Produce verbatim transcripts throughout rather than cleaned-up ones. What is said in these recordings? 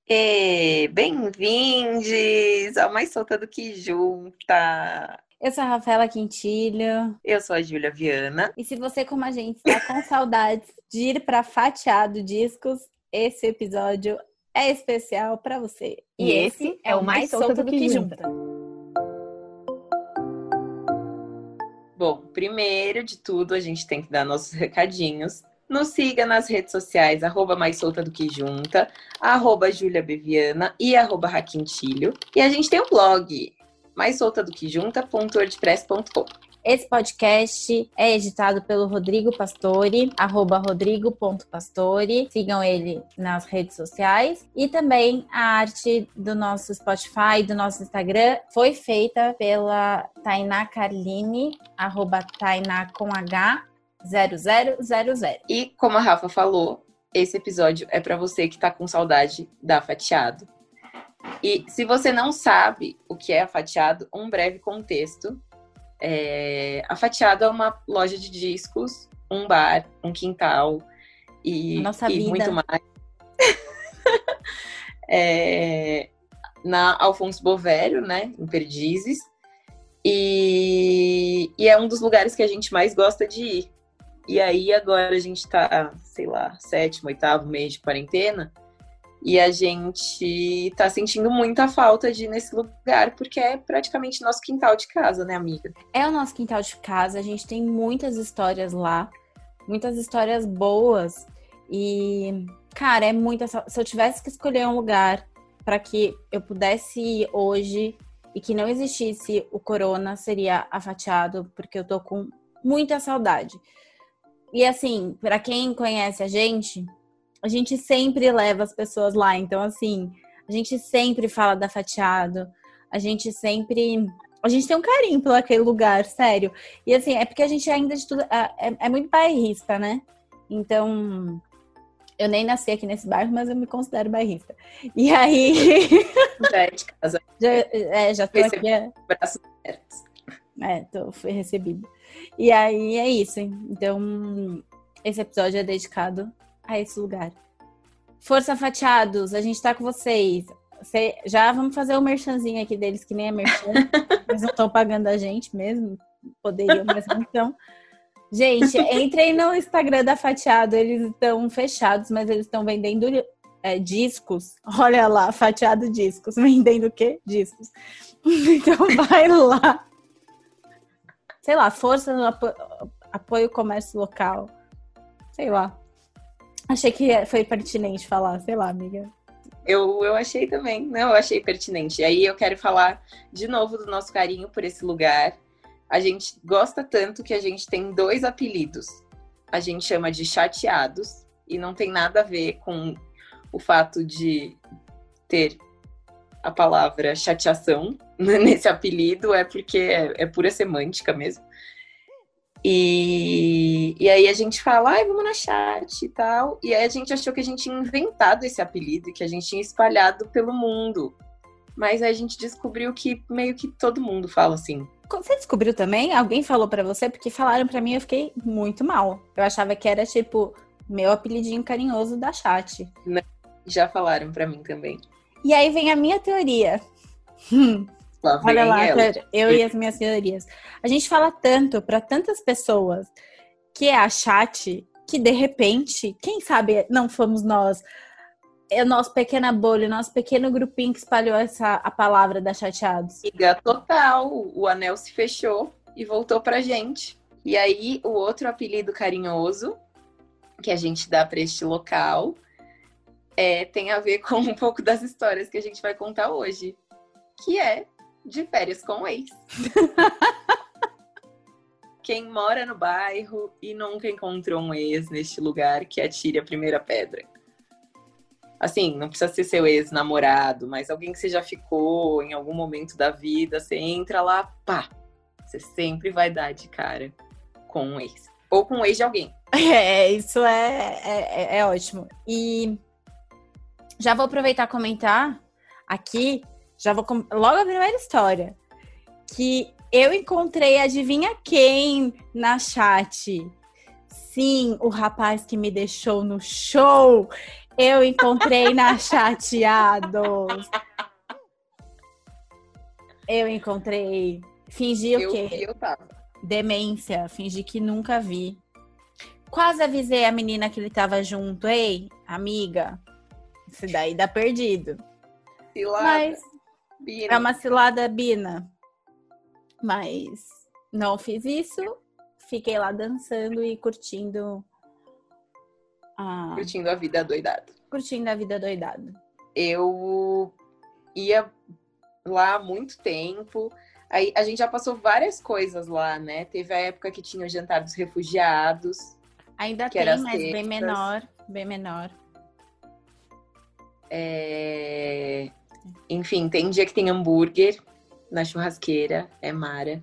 E bem-vindes ao Mais Solta do Que Junta. Eu sou a Rafaela Quintilho. Eu sou a Júlia Viana. E se você, como a gente, está com saudades de ir para Fatiado Discos, esse episódio é especial para você. E esse é o Mais Solta do Que Junta. Bom, primeiro de tudo, a gente tem que dar nossos recadinhos. Nos siga nas redes sociais, arroba Mais Solta do Que Junta, arroba Júlia Beviana e arroba Raquintilho. E a gente tem um blog, mais solta do que junta ponto wordpress ponto com. Esse podcast é editado pelo Rodrigo Pastore, arroba rodrigo ponto pastore. Sigam ele nas redes sociais. E também a arte do nosso Spotify, do nosso Instagram, foi feita pela Tainá Carline, arroba Tainá com H, zero zero zero zero. E como a Rafa falou, esse episódio é para você que tá com saudade da Fatiado. E se você não sabe o que é a Fatiado, um breve contexto. É... A Fatiado é uma loja de discos, um bar, um quintal e, Nossa e vida. muito mais. é... Na Alfonso Bovério, né, em Perdizes. E... e é um dos lugares que a gente mais gosta de ir. E aí agora a gente tá, sei lá, sétimo, oitavo mês de quarentena. E a gente tá sentindo muita falta de ir nesse lugar, porque é praticamente nosso quintal de casa, né, amiga? É o nosso quintal de casa, a gente tem muitas histórias lá, muitas histórias boas. E, cara, é muita. Se eu tivesse que escolher um lugar para que eu pudesse ir hoje e que não existisse o corona, seria a Fatiado, porque eu tô com muita saudade. E assim, para quem conhece a gente, a gente sempre leva as pessoas lá. Então, assim, a gente sempre fala da Fatiado. A gente sempre... A gente tem um carinho por aquele lugar, sério. E, assim, é porque a gente ainda de tudo... É, é muito bairrista, né? Então, eu nem nasci aqui nesse bairro, mas eu me considero bairrista. E aí... Já é de casa. Já, é, já tô Recebi aqui... braços abertos. É, tô, fui recebida. E aí, é isso. Então, esse episódio é dedicado a esse lugar. Força Fatiados, a gente tá com vocês. Cê, já vamos fazer o um merchanzinho aqui deles, que nem é merchan. Eles não estão pagando a gente mesmo. Poderiam, mas não estão. Gente, entrem no Instagram da Fatiado. Eles estão fechados, mas eles estão vendendo é, discos. Olha lá, Fatiado Discos. Vendendo o quê? Discos. Então vai lá. Sei lá, força no apo- apoio ao comércio local. Sei lá. Achei que foi pertinente falar, sei lá, amiga. Eu, eu achei também, não, eu achei pertinente. E aí eu quero falar de novo do nosso carinho por esse lugar. A gente gosta tanto que a gente tem dois apelidos. A gente chama de Chateados, e não tem nada a ver com o fato de ter a palavra chateação nesse apelido, é porque é, é pura semântica mesmo. E, e aí a gente fala, ai, vamos na chat e tal. E aí a gente achou que a gente tinha inventado esse apelido, que a gente tinha espalhado pelo mundo. Mas aí a gente descobriu que meio que todo mundo fala assim. Você descobriu também? Alguém falou pra você? Porque falaram pra mim e eu fiquei muito mal. Eu achava que era, tipo, meu apelidinho carinhoso da chat. Né? Já falaram pra mim também. E aí vem a minha teoria. Hum. Lá vem Olha lá, ela. eu e as minhas teorias. A gente fala tanto pra tantas pessoas que é a chat, que de repente, quem sabe não fomos nós, é o nosso pequena bolha, o nosso pequeno grupinho que espalhou essa, a palavra da Chateados. Liga total, o anel se fechou e voltou pra gente. E aí o outro apelido carinhoso que a gente dá pra este local é, tem a ver com um pouco das histórias que a gente vai contar hoje, que é de férias com o ex. Quem mora no bairro e nunca encontrou um ex neste lugar, que atire a primeira pedra. Assim, não precisa ser seu ex-namorado, mas alguém que você já ficou em algum momento da vida, você entra lá, pá, você sempre vai dar de cara com um ex. Ou com um ex de alguém. É, isso é, é, é ótimo. E já vou aproveitar e comentar aqui, já vou com... logo a primeira história, que eu encontrei, adivinha quem na chat? Sim, o rapaz que me deixou no show. Eu encontrei na Chateados. Eu encontrei. Fingi o Eu quê? vi, eu tava. Demência. Fingi que nunca vi. Quase avisei a menina que ele tava junto. Ei, amiga, isso daí dá perdido. Cilada, Mas Bina. é uma cilada, Bina. Mas não fiz isso. Fiquei lá dançando e curtindo a, Curtindo a vida doidada. curtindo a vida doidada. Eu ia lá há muito tempo. Aí a gente já passou várias coisas lá, né? Teve a época que tinha o jantar dos refugiados. Ainda Que era tem, as mas bem sextas. menor. Bem menor. É... Enfim, tem dia que tem hambúrguer na churrasqueira. É mara.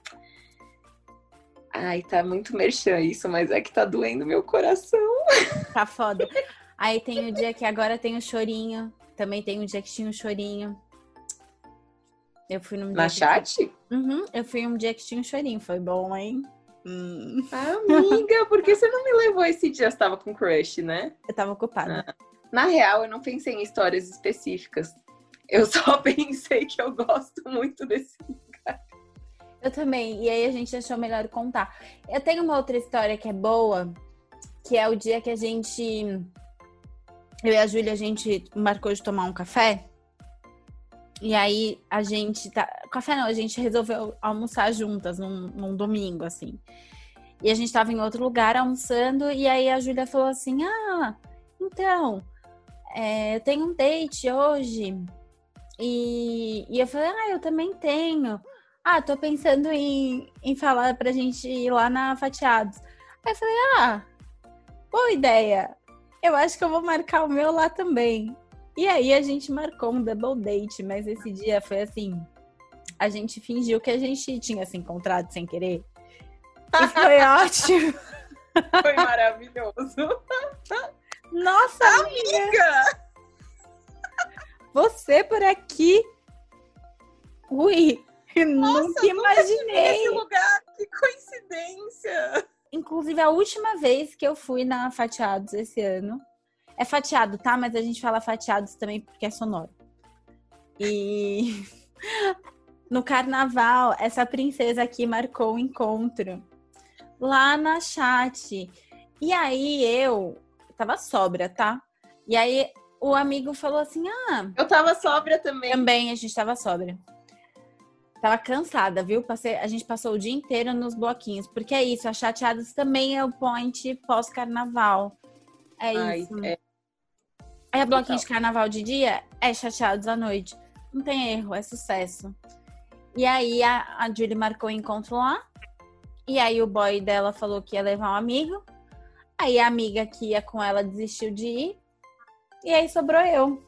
Ai, tá muito merchan isso, mas é que tá doendo meu coração. Tá foda. Aí tem o dia que agora tem o chorinho. Também tem um dia que tinha um chorinho. Eu fui num Na dia que... chat? Uhum, eu fui um dia que tinha um chorinho. Foi bom, hein? Hum. Amiga, por que você não me levou esse dia? Você tava com crush, né? Eu tava ocupada. Ah. Na real, eu não pensei em histórias específicas. Eu só pensei que eu gosto muito desse lugar. Eu também. E aí a gente achou melhor contar. Eu tenho uma outra história que é boa, que é o dia que a gente... Eu e a Júlia, a gente marcou de tomar um café. E aí a gente tá... Café não, a gente resolveu almoçar juntas num, num domingo, assim. E a gente tava em outro lugar almoçando, e aí a Júlia falou assim, ah, então, é, eu tenho um date hoje. E, e eu falei, ah, eu também tenho. Ah, tô pensando em, em falar pra gente ir lá na Fatiados. Aí eu falei, ah, boa ideia. Eu acho que eu vou marcar o meu lá também. E aí a gente marcou um double date, mas esse dia foi assim, a gente fingiu que a gente tinha se encontrado sem querer. E foi ótimo. Foi maravilhoso. Nossa, amiga! Amiga! Você por aqui? Ui, Nossa, nunca imaginei. Esse lugar, que coincidência! Inclusive, a última vez que eu fui na Fatiados esse ano, é fatiado, tá? Mas a gente fala fatiados também porque é sonoro. E no carnaval, essa princesa aqui marcou o encontro lá na chat. E aí eu tava sóbria, tá? E aí o amigo falou assim, ah... Eu tava sóbria também. Também, a gente tava sóbria. Tava cansada, viu? Passei, a gente passou o dia inteiro nos bloquinhos. Porque é isso, a Chateados também é o point pós-carnaval. É Ai, isso. é. É bloquinho de carnaval de dia, é Chateados à noite. Não tem erro, é sucesso. E aí a, a Julie marcou o encontro lá. E aí o boy dela falou que ia levar um amigo. Aí a amiga que ia com ela desistiu de ir. E aí sobrou eu.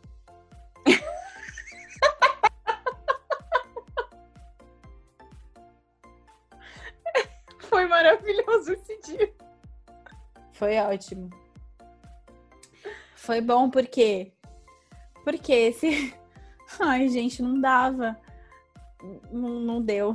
Foi maravilhoso esse dia. Foi ótimo. Foi bom porque... Porque esse... Ai, gente, não dava. Não, não deu.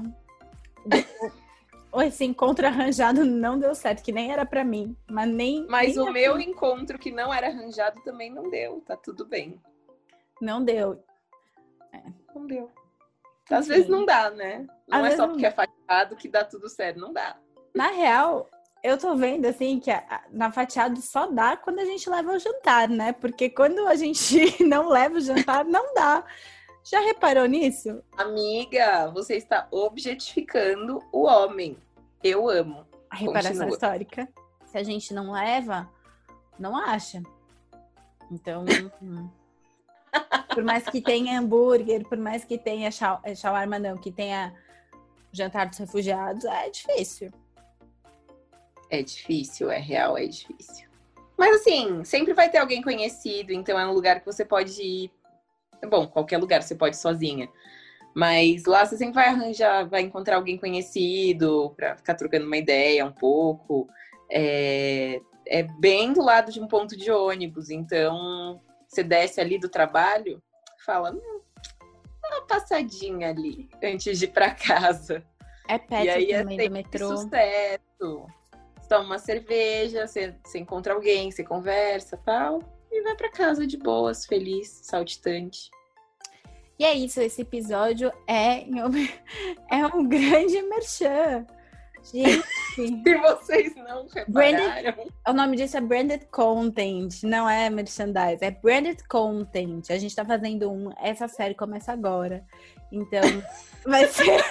Esse encontro arranjado não deu certo, que nem era pra mim. Mas nem... Mas nem o meu encontro que não era arranjado também não deu. Tá tudo bem. Não deu. Não deu. Às vezes não dá, né? Não Às é vezes só não porque é fatiado que dá tudo certo. Não dá. Na real, eu tô vendo, assim, que a, a, na fatiado só dá quando a gente leva o jantar, né? Porque quando a gente não leva o jantar, não dá. Já reparou nisso? Amiga, você está objetificando o homem. Eu amo. A reparação Continua. histórica. Se a gente não leva, não acha. Então, hum. Por mais que tenha hambúrguer, por mais que tenha shau- shawarma, não, que tenha jantar dos refugiados, é difícil. É difícil, é real, é difícil. Mas assim, sempre vai ter alguém conhecido, então é um lugar que você pode ir. Bom, qualquer lugar você pode ir sozinha. Mas lá você sempre vai arranjar, vai encontrar alguém conhecido pra ficar trocando uma ideia um pouco. É, é bem do lado de um ponto de ônibus, então você desce ali do trabalho, fala, hum, dá uma passadinha ali antes de ir pra casa. É perto E aí é também do sempre metrô. sucesso. Você toma uma cerveja, você, você encontra alguém, você conversa e tal. e vai pra casa de boas, feliz, saltitante. E é isso, esse episódio é, é um grande merchan. Gente, se vocês não repararam... Branded, o nome disso é Branded Content, não é merchandise, é Branded Content. A gente tá fazendo um, essa série começa agora, então vai ser...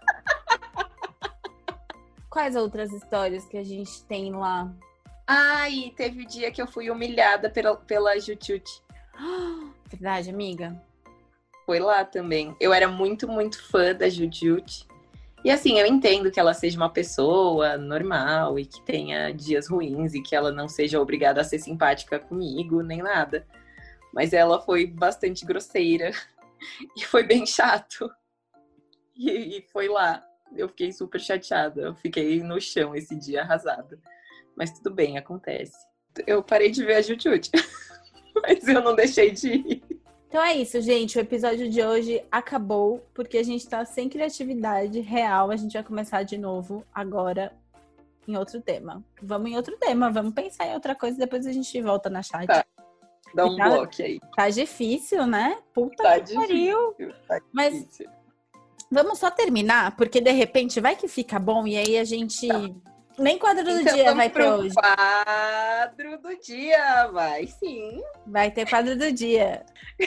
Quais outras histórias que a gente tem lá? Ah, e teve o dia que eu fui humilhada pela, pela Jutute. Verdade, amiga? Foi lá também. Eu era muito, muito fã da Jutute. E assim, eu entendo que ela seja uma pessoa normal e que tenha dias ruins e que ela não seja obrigada a ser simpática comigo, nem nada. Mas ela foi bastante grosseira e foi bem chato. E, e foi lá. Eu fiquei super chateada. Eu fiquei no chão esse dia, arrasada. Mas tudo bem, acontece. Eu parei de ver a Jutute, mas eu não deixei de ir. Então é isso, gente. O episódio de hoje acabou porque a gente tá sem criatividade real. A gente vai começar de novo agora em outro tema. Vamos em outro tema, vamos pensar em outra coisa, depois a gente volta na chat. Tá. Dá um tá, bloco aí. Tá difícil, né? Puta tá que pariu. Tá Mas difícil. Vamos só terminar, porque de repente vai que fica bom e aí a gente... Tá. Nem quadro do então, dia vai ter hoje. Quadro do dia, vai sim. Vai ter quadro do dia.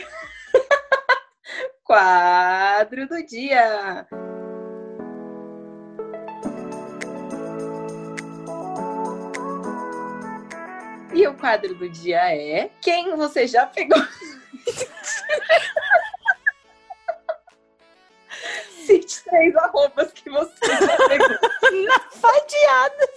Quadro do dia. E o quadro do dia é quem você já pegou? Cite três arrobas que você já pegou. Na fadiada.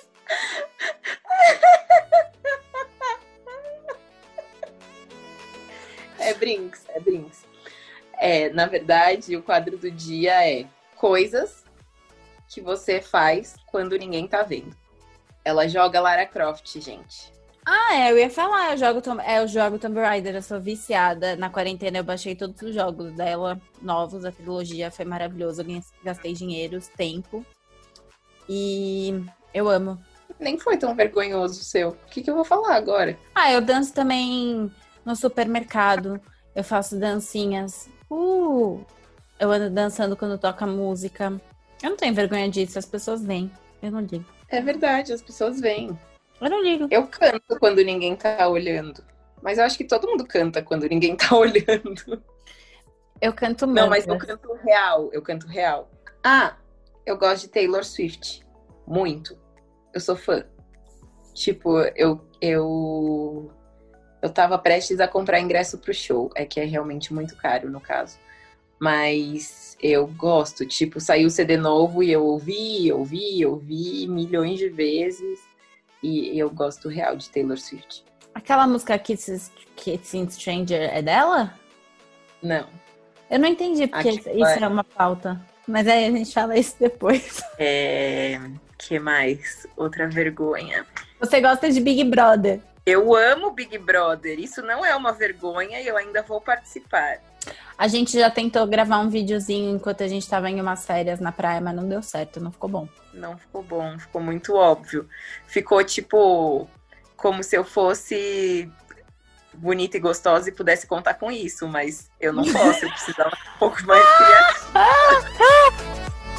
É Brinks, é Brinks. É, na verdade, o quadro do dia é coisas que você faz quando ninguém tá vendo. Ela joga Lara Croft, gente. Ah, é, eu ia falar, eu jogo, Tom, é, eu jogo Tomb Raider, eu sou viciada. Na quarentena eu baixei todos os jogos dela, novos, a trilogia foi maravilhosa, eu gastei dinheiro, tempo. E eu amo. Nem foi tão vergonhoso o seu. O que, que eu vou falar agora? Ah, eu danço também no supermercado, eu faço dancinhas. Uh, eu ando dançando quando toca música. Eu não tenho vergonha disso, as pessoas veem. Eu não ligo. É verdade, as pessoas veem. Eu não ligo. Eu canto quando ninguém tá olhando. Mas eu acho que todo mundo canta quando ninguém tá olhando. Eu canto muito. Não, mantras. mas eu canto real. Eu canto real. Ah, eu gosto de Taylor Swift. Muito. Eu sou fã. Tipo, eu... Eu, eu tava prestes a comprar ingresso pro show. É que é realmente muito caro, no caso. Mas eu gosto. Tipo, saiu o C D novo e eu ouvi, ouvi, ouvi milhões de vezes. E eu gosto real de Taylor Swift. Aquela música Kids, Kids in Stranger é dela? Não. Eu não entendi, porque Aqui isso vai... é uma pauta. Mas aí a gente fala isso depois. É... que mais? Outra vergonha. Você gosta de Big Brother? Eu amo Big Brother. Isso não é uma vergonha e eu ainda vou participar. A gente já tentou gravar um videozinho enquanto a gente tava em umas férias na praia, mas não deu certo, não ficou bom. Não ficou bom, ficou muito óbvio. Ficou, tipo, como se eu fosse bonita e gostosa e pudesse contar com isso, mas eu não posso, eu precisava ser um pouco mais criativa.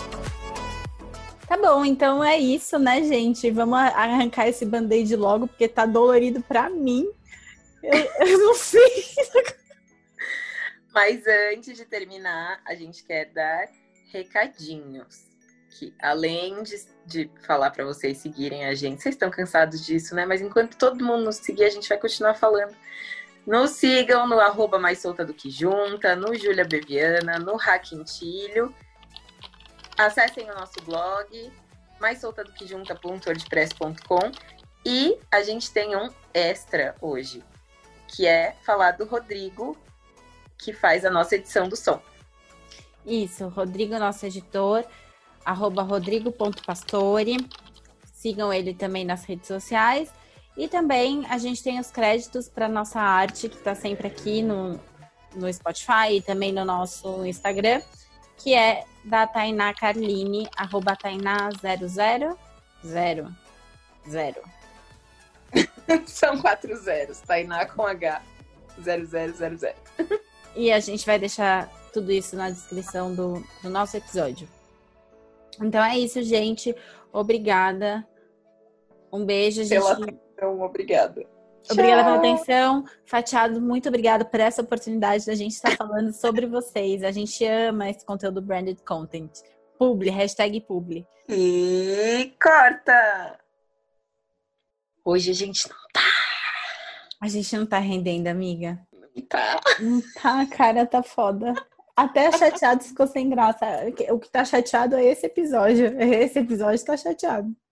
Tá bom, então é isso, né, gente? Vamos arrancar esse band-aid logo, porque tá dolorido pra mim. Eu, eu não sei. Mas antes de terminar, a gente quer dar recadinhos. Que além de, de falar para vocês seguirem a gente, vocês estão cansados disso, né? Mas enquanto todo mundo nos seguir, a gente vai continuar falando. Nos sigam no arroba mais solta do que junta, no Júlia Beviana, no Raquintilho. Acessem o nosso blog, mais solta do que junta ponto wordpress ponto com. E a gente tem um extra hoje, que é falar do Rodrigo, que faz a nossa edição do som. Isso, Rodrigo, nosso editor, arroba rodrigo ponto pastore. Sigam ele também nas redes sociais. E também a gente tem os créditos para nossa arte, que está sempre aqui no, no Spotify e também no nosso Instagram, que é da Tainá Carline, arroba Tainá zero zero zero zero. São quatro zeros. Tainá com H. zero zero zero zero. E a gente vai deixar tudo isso na descrição do, do nosso episódio. Então é isso, gente. Obrigada. Um beijo, gente. Pela atenção, obrigada. Obrigada Tchau. pela atenção. Fatiado, muito obrigada por essa oportunidade da gente estar falando sobre vocês. A gente ama esse conteúdo branded content. Publi, hashtag publi. E corta! Hoje a gente não tá. A gente não tá rendendo, amiga. Não tá. Não tá, cara, tá foda. Até chateado ficou sem graça. O que tá chateado é esse episódio. Esse episódio tá chateado.